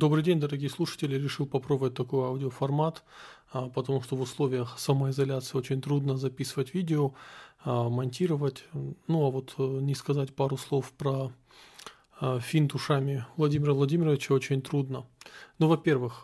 Добрый день, дорогие слушатели. Решил попробовать такой аудиоформат, потому что в условиях самоизоляции очень трудно записывать видео, монтировать. Ну, а вот не сказать пару слов про финт ушами Владимира Владимировича очень трудно. Ну, во-первых,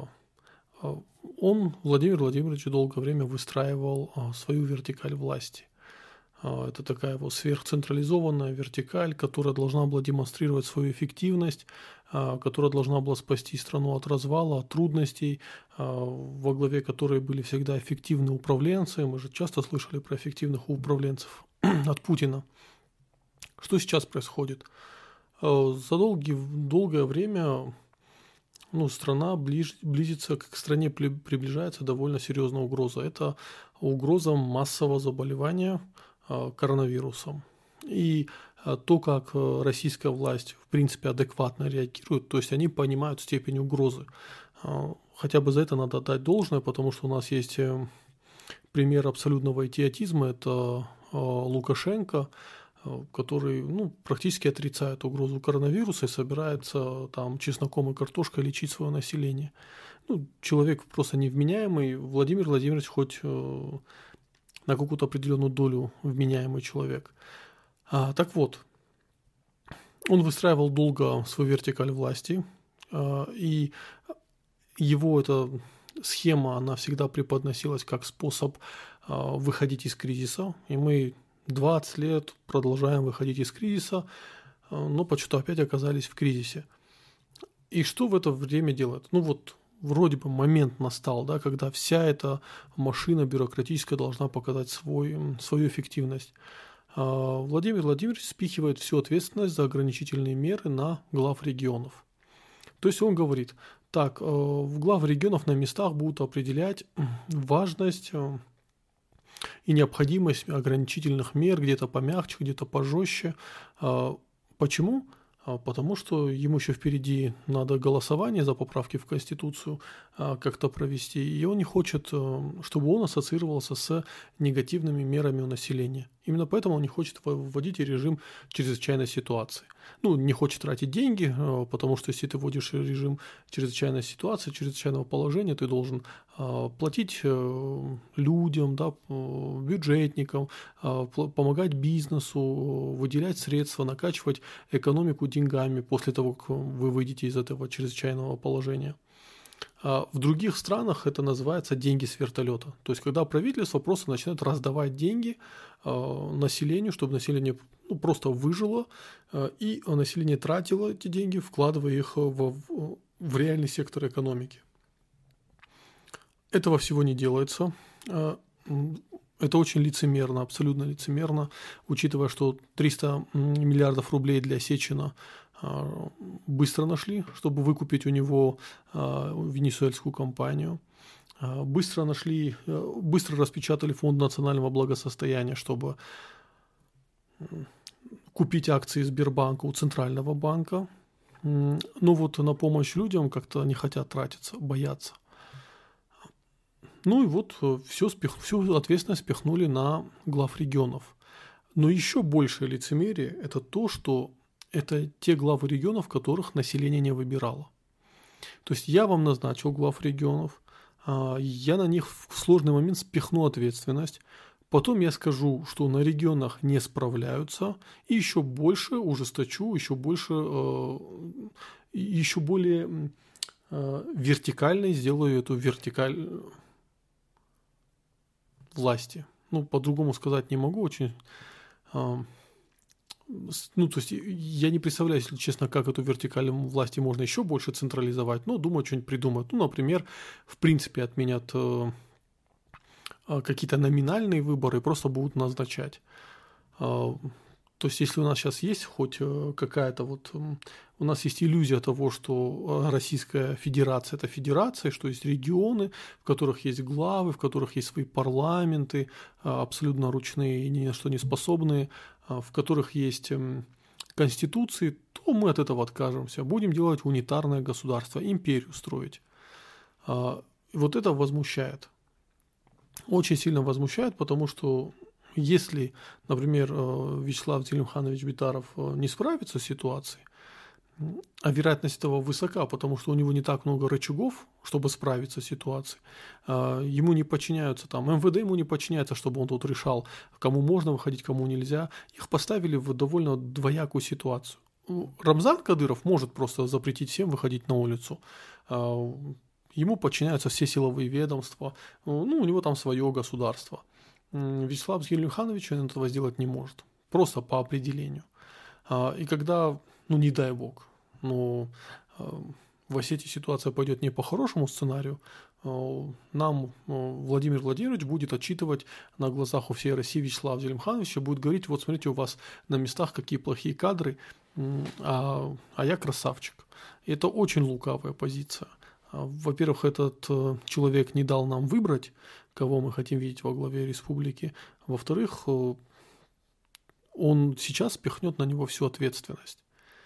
Владимир Владимирович, долгое время выстраивал свою вертикаль власти. Это такая вот сверхцентрализованная вертикаль, которая должна была демонстрировать свою эффективность, которая должна была спасти страну от развала, от трудностей, во главе которой были всегда эффективные управленцы. Мы же часто слышали про эффективных управленцев от Путина. Что сейчас происходит? За долгое время страна близится, к стране приближается довольно серьезная угроза. Это угроза массового заболевания коронавирусом. И то, как российская власть, в принципе, адекватно реагирует, то есть они понимают степень угрозы. Хотя бы за это надо отдать должное, потому что у нас есть пример абсолютного идиотизма, это Лукашенко, который практически отрицает угрозу коронавируса и собирается там чесноком и картошкой лечить свое население. Человек просто невменяемый. Владимир Владимирович хоть на какую-то определенную долю вменяемый человек. Так вот, он выстраивал долго свою вертикаль власти, и его эта схема, она всегда преподносилась как способ выходить из кризиса, и мы 20 лет продолжаем выходить из кризиса, но почему-то опять оказались в кризисе. И что в это время делать? Вроде бы момент настал, да, когда вся эта машина бюрократическая должна показать свою эффективность. Владимир Владимирович спихивает всю ответственность за ограничительные меры на глав регионов. То есть он говорит, так, в глав регионов на местах будут определять важность и необходимость ограничительных мер, где-то помягче, где-то пожестче. Почему? Потому что ему еще впереди надо голосование за поправки в Конституцию как-то провести, и он не хочет, чтобы он ассоциировался с негативными мерами у населения. Именно поэтому он не хочет вводить режим чрезвычайной ситуации. Не хочет тратить деньги, потому что если ты вводишь режим чрезвычайной ситуации, чрезвычайного положения, ты должен платить людям, да, бюджетникам, помогать бизнесу, выделять средства, накачивать экономику деньгами после того, как вы выйдете из этого чрезвычайного положения. В других странах это называется деньги с вертолета. То есть, когда правительство просто начинает раздавать деньги населению, чтобы население просто выжило, и население тратило эти деньги, вкладывая их в реальный сектор экономики. Этого всего не делается. Это очень лицемерно, абсолютно лицемерно, учитывая, что 300 миллиардов рублей для Сечина быстро нашли, чтобы выкупить у него венесуэльскую компанию. Быстро распечатали фонд национального благосостояния, чтобы купить акции Сбербанка у Центрального банка. На помощь людям как-то не хотят тратиться, боятся. Всю ответственность спихнули на глав регионов. Но еще большее лицемерие – это то, что это те главы регионов, которых население не выбирало. То есть я вам назначил глав регионов, я на них в сложный момент спихну ответственность, потом я скажу, что на регионах не справляются, и еще больше ужесточу, еще более вертикальной сделаю эту вертикаль власти. По-другому сказать не могу, очень... то есть я не представляю, если честно, как эту вертикаль власти можно еще больше централизовать, но думаю, что-нибудь придумают. Например, в принципе отменят какие-то номинальные выборы и просто будут назначать. То есть если у нас сейчас есть хоть какая-то у нас есть иллюзия того, что Российская Федерация – это федерация, что есть регионы, в которых есть главы, в которых есть свои парламенты, абсолютно ручные и ни на что не способные, в которых есть конституции, то мы от этого откажемся. Будем делать унитарное государство, империю строить. Это возмущает. Очень сильно возмущает, потому что если, например, Вячеслав Зелимханович Битаров не справится с ситуацией, А вероятность этого высока, потому что у него не так много рычагов, чтобы справиться с ситуацией. Ему не подчиняются там, МВД ему не подчиняется, чтобы он тут решал, кому можно выходить, кому нельзя. Их поставили в довольно двоякую ситуацию. Рамзан Кадыров может просто запретить всем выходить на улицу. Ему подчиняются все силовые ведомства, ну, у него там свое государство. Вячеслав Зелимханович этого сделать не может, просто по определению. И когда, ну не дай бог, но в Осетии ситуация пойдет не по хорошему сценарию, нам Владимир Владимирович будет отчитывать на глазах у всей России Вячеслава Зелимхановича, будет говорить, вот смотрите, у вас на местах какие плохие кадры, а я красавчик. И это очень лукавая позиция. Во-первых, этот человек не дал нам выбрать, кого мы хотим видеть во главе республики. Во-вторых, он сейчас спихнет на него всю ответственность.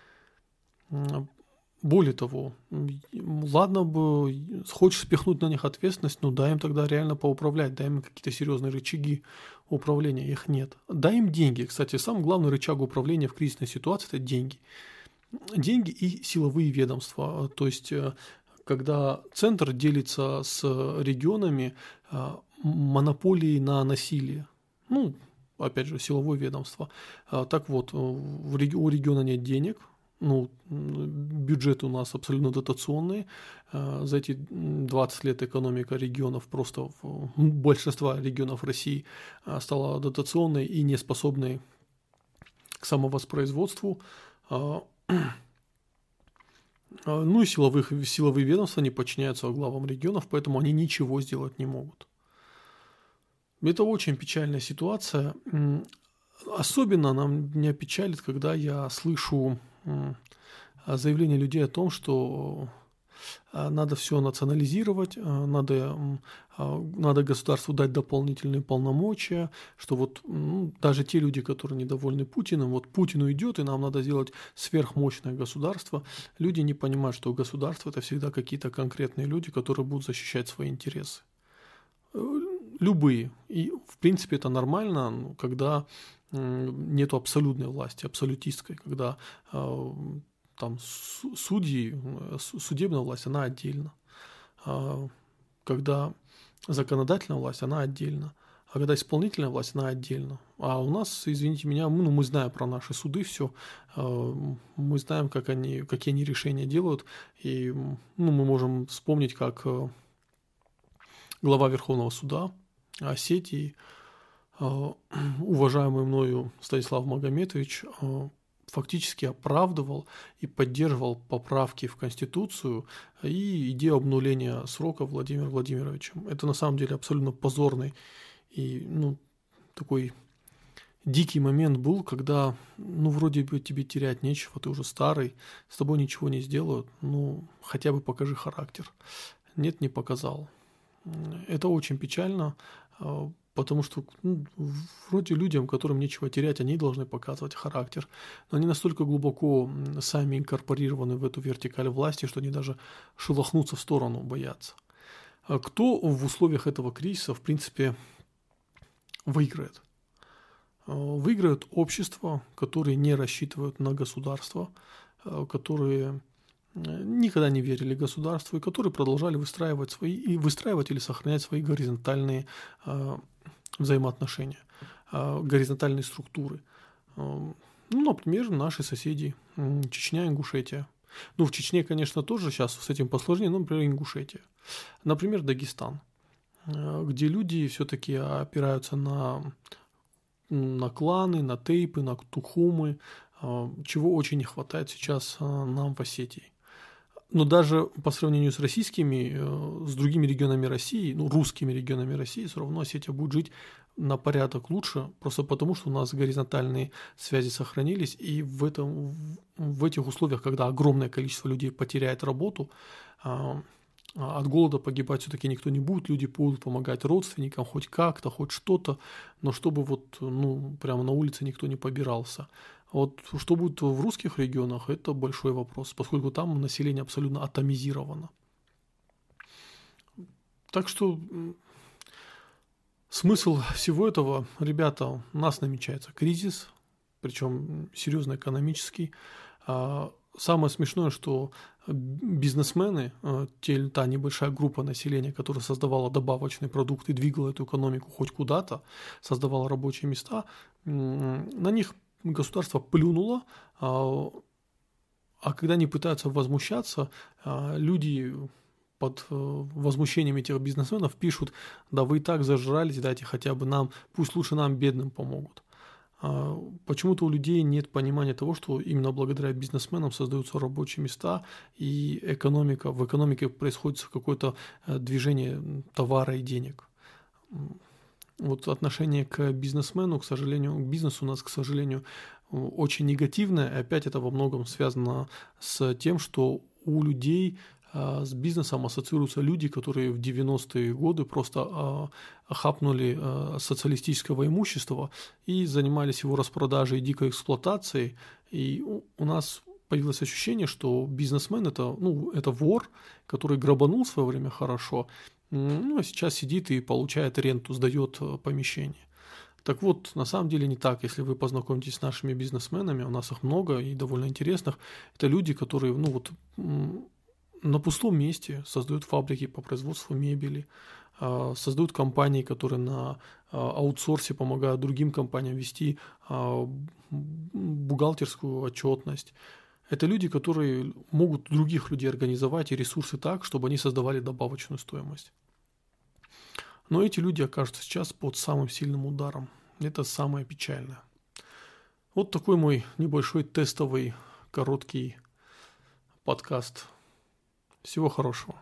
Более того, ладно бы, хочешь спихнуть на них ответственность, ну дай им тогда реально поуправлять, дай им какие-то серьезные рычаги управления, их нет. Дай им деньги. Кстати, самый главный рычаг управления в кризисной ситуации – это деньги. Деньги и силовые ведомства. То есть, когда центр делится с регионами монополией на насилие. Ну, опять же, силовое ведомство. Так вот, у региона нет денег, ну, бюджеты у нас абсолютно дотационные. За эти 20 лет экономика регионов, просто большинства регионов России стала дотационной и неспособной к самовоспроизводству. Ну и силовые ведомства не подчиняются главам регионов, поэтому они ничего сделать не могут. Это очень печальная ситуация. Особенно меня печалит, когда я слышу заявления людей о том, что надо все национализировать, надо государству дать дополнительные полномочия, что вот даже те люди, которые недовольны Путиным, вот Путин уйдет, и нам надо сделать сверхмощное государство. Люди не понимают, что государство – это всегда какие-то конкретные люди, которые будут защищать свои интересы. Любые. И, в принципе, это нормально, когда нету абсолютной власти, абсолютистской, когда там судьи, судебная власть, она отдельно. Когда законодательная власть, она отдельно. А когда исполнительная власть, она отдельно. А у нас, извините меня, мы знаем про наши суды все, мы знаем, какие они решения делают, и мы можем вспомнить, как глава Верховного суда Осетии, уважаемый мною Станислав Магометович, фактически оправдывал и поддерживал поправки в Конституцию и идею обнуления срока Владимиром Владимировичем. Это на самом деле абсолютно позорный и такой дикий момент был, когда вроде бы тебе терять нечего, ты уже старый, с тобой ничего не сделают, хотя бы покажи характер. Нет, не показал. Это очень печально, потому что вроде людям, которым нечего терять, они должны показывать характер. Но они настолько глубоко сами инкорпорированы в эту вертикаль власти, что они даже шелохнуться в сторону боятся. Кто в условиях этого кризиса, в принципе, выиграет? Выиграют общества, которые не рассчитывают на государство, которые никогда не верили государству и которые продолжали выстраивать или сохранять свои горизонтальные взаимоотношения, горизонтальные структуры. Например, наши соседи, Чечня, Ингушетия. В Чечне, конечно, тоже сейчас с этим посложнее, но, например, Ингушетия. Например, Дагестан, где люди все-таки опираются на кланы, на тейпы, на тухумы, чего очень не хватает сейчас нам в Осетии. Но даже по сравнению с с другими регионами России, русскими регионами России, все равно Осетия будет жить на порядок лучше, просто потому, что у нас горизонтальные связи сохранились, и в этих условиях, когда огромное количество людей потеряет работу, от голода погибать все-таки никто не будет, люди будут помогать родственникам хоть как-то, хоть что-то, но чтобы прямо на улице никто не побирался. Вот что будет в русских регионах, это большой вопрос, поскольку там население абсолютно атомизировано. Так что смысл всего этого, ребята, у нас намечается кризис, причем серьезно экономический. самое смешное, что бизнесмены, та небольшая группа населения, которая создавала добавочный продукт и двигала эту экономику хоть куда-то, создавала рабочие места, на них государство плюнуло, а когда они пытаются возмущаться, люди под возмущением этих бизнесменов пишут: да вы и так зажрались, дайте хотя бы нам, пусть лучше нам, бедным, помогут. Почему-то у людей нет понимания того, что именно благодаря бизнесменам создаются рабочие места, и в экономике происходит какое-то движение товара и денег. Вот отношение к бизнесмену, к сожалению, к бизнесу у нас, к сожалению, очень негативное, и опять это во многом связано с тем, что у людей с бизнесом ассоциируются люди, которые в 90-е годы просто хапнули социалистического имущества и занимались его распродажей и дикой эксплуатацией. И у нас появилось ощущение, что бизнесмен это вор, который грабанул в свое время хорошо, а сейчас сидит и получает ренту, сдает помещение. Так вот, на самом деле не так. Если вы познакомитесь с нашими бизнесменами, у нас их много и довольно интересных, это люди, которые на пустом месте создают фабрики по производству мебели, создают компании, которые на аутсорсе помогают другим компаниям вести бухгалтерскую отчетность. Это люди, которые могут других людей организовать и ресурсы так, чтобы они создавали добавочную стоимость. Но эти люди окажутся сейчас под самым сильным ударом. Это самое печальное. Вот такой мой небольшой тестовый короткий подкаст. Всего хорошего.